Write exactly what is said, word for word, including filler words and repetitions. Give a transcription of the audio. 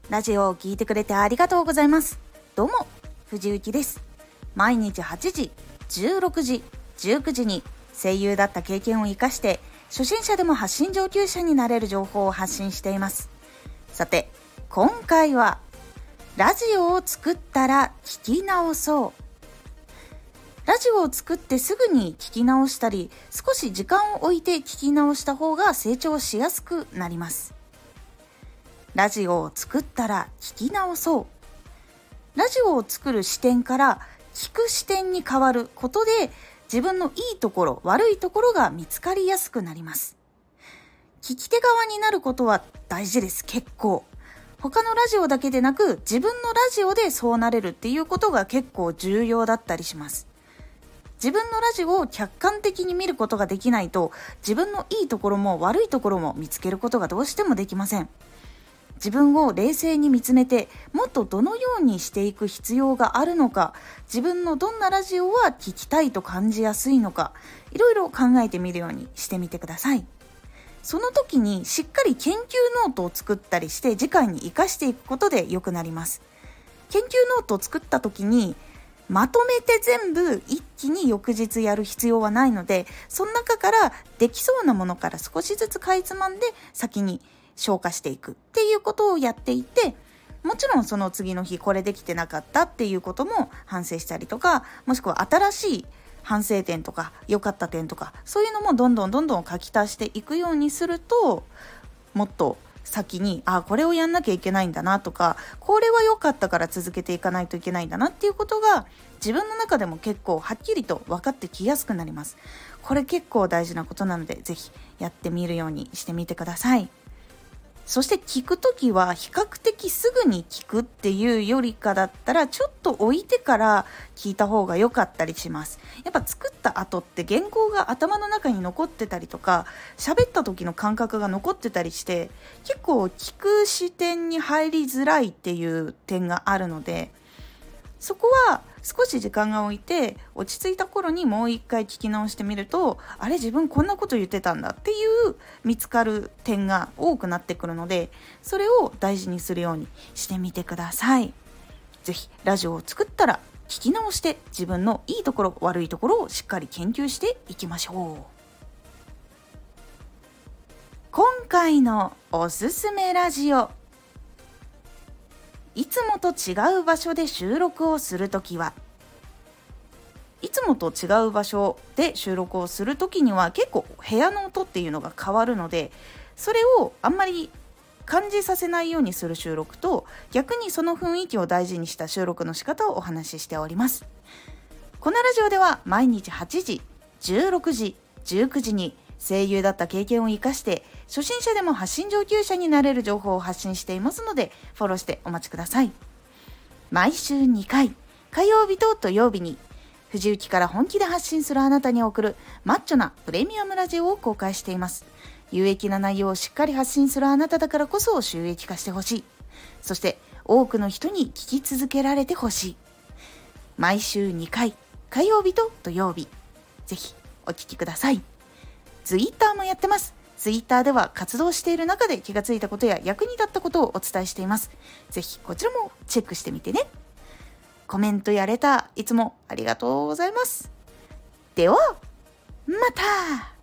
ラジオを聞いてくれてありがとうございます。どうも藤幸です。毎日はちじ、じゅうろくじ、じゅうくじに声優だった経験を生かして初心者でも発信上級者になれる情報を発信しています。さて今回はラジオを作ったら聞き直そう。ラジオを作ってすぐに聞き直したり、少し時間を置いて聞き直した方が成長しやすくなります。ラジオを作ったら聞き直そう。ラジオを作る視点から聞く視点に変わることで、自分のいいところ、悪いところが見つかりやすくなります。聞き手側になることは大事です。結構。他のラジオだけでなく、自分のラジオでそうなれるっていうことが結構重要だったりします。自分のラジオを客観的に見ることができないと、自分のいいところも悪いところも見つけることがどうしてもできません。自分を冷静に見つめて、もっとどのようにしていく必要があるのか、自分のどんなラジオは聞きたいと感じやすいのか、いろいろ考えてみるようにしてみてください。その時にしっかり研究ノートを作ったりして次回に生かしていくことで良くなります。研究ノートを作った時にまとめて全部一気に翌日やる必要はないので、その中からできそうなものから少しずつかいつまんで先に消化していくっていうことをやっていて、もちろんその次の日これできてなかったっていうことも反省したりとか、もしくは新しい反省点とか良かった点とか、そういうのもどんどんどんどん書き足していくようにすると、もっと先にあこれをやんなきゃいけないんだなとか、これは良かったから続けていかないといけないんだなっていうことが自分の中でも結構はっきりと分かってきやすくなります。これ結構大事なことなので、ぜひやってみるようにしてみてください。そして聞くときは比較的すぐに聞くっていうよりかだったら、ちょっと置いてから聞いた方が良かったりします。やっぱ作った後って原稿が頭の中に残ってたりとか、喋った時の感覚が残ってたりして、結構聞く視点に入りづらいっていう点があるので、そこは少し時間が置いて落ち着いた頃にもう一回聞き直してみると、あれ自分こんなこと言ってたんだっていう見つかる点が多くなってくるので、それを大事にするようにしてみてください。ぜひラジオを作ったら聞き直して、自分のいいところ悪いところをしっかり研究していきましょう。今回のおすすめラジオ、いつもと違う場所で収録をするときは、いつもと違う場所で収録をするときには結構部屋の音っていうのが変わるので、それをあんまり感じさせないようにする収録と、逆にその雰囲気を大事にした収録の仕方をお話ししております。このラジオでは毎日はちじ、じゅうろくじ、じゅうくじに声優だった経験を生かして初心者でも発信上級者になれる情報を発信していますので、フォローしてお待ちください。毎週にかい、火曜日と土曜日に藤雪から本気で発信するあなたに送るマッチョなプレミアムラジオを公開しています。有益な内容をしっかり発信するあなただからこそ収益化してほしい。そして多くの人に聞き続けられてほしい。毎週にかい、火曜日と土曜日、ぜひお聞きください。ツイッターもやってます。ツイッターでは活動している中で気がついたことや役に立ったことをお伝えしています。ぜひこちらもチェックしてみてね。コメントやレターいつもありがとうございます。ではまた。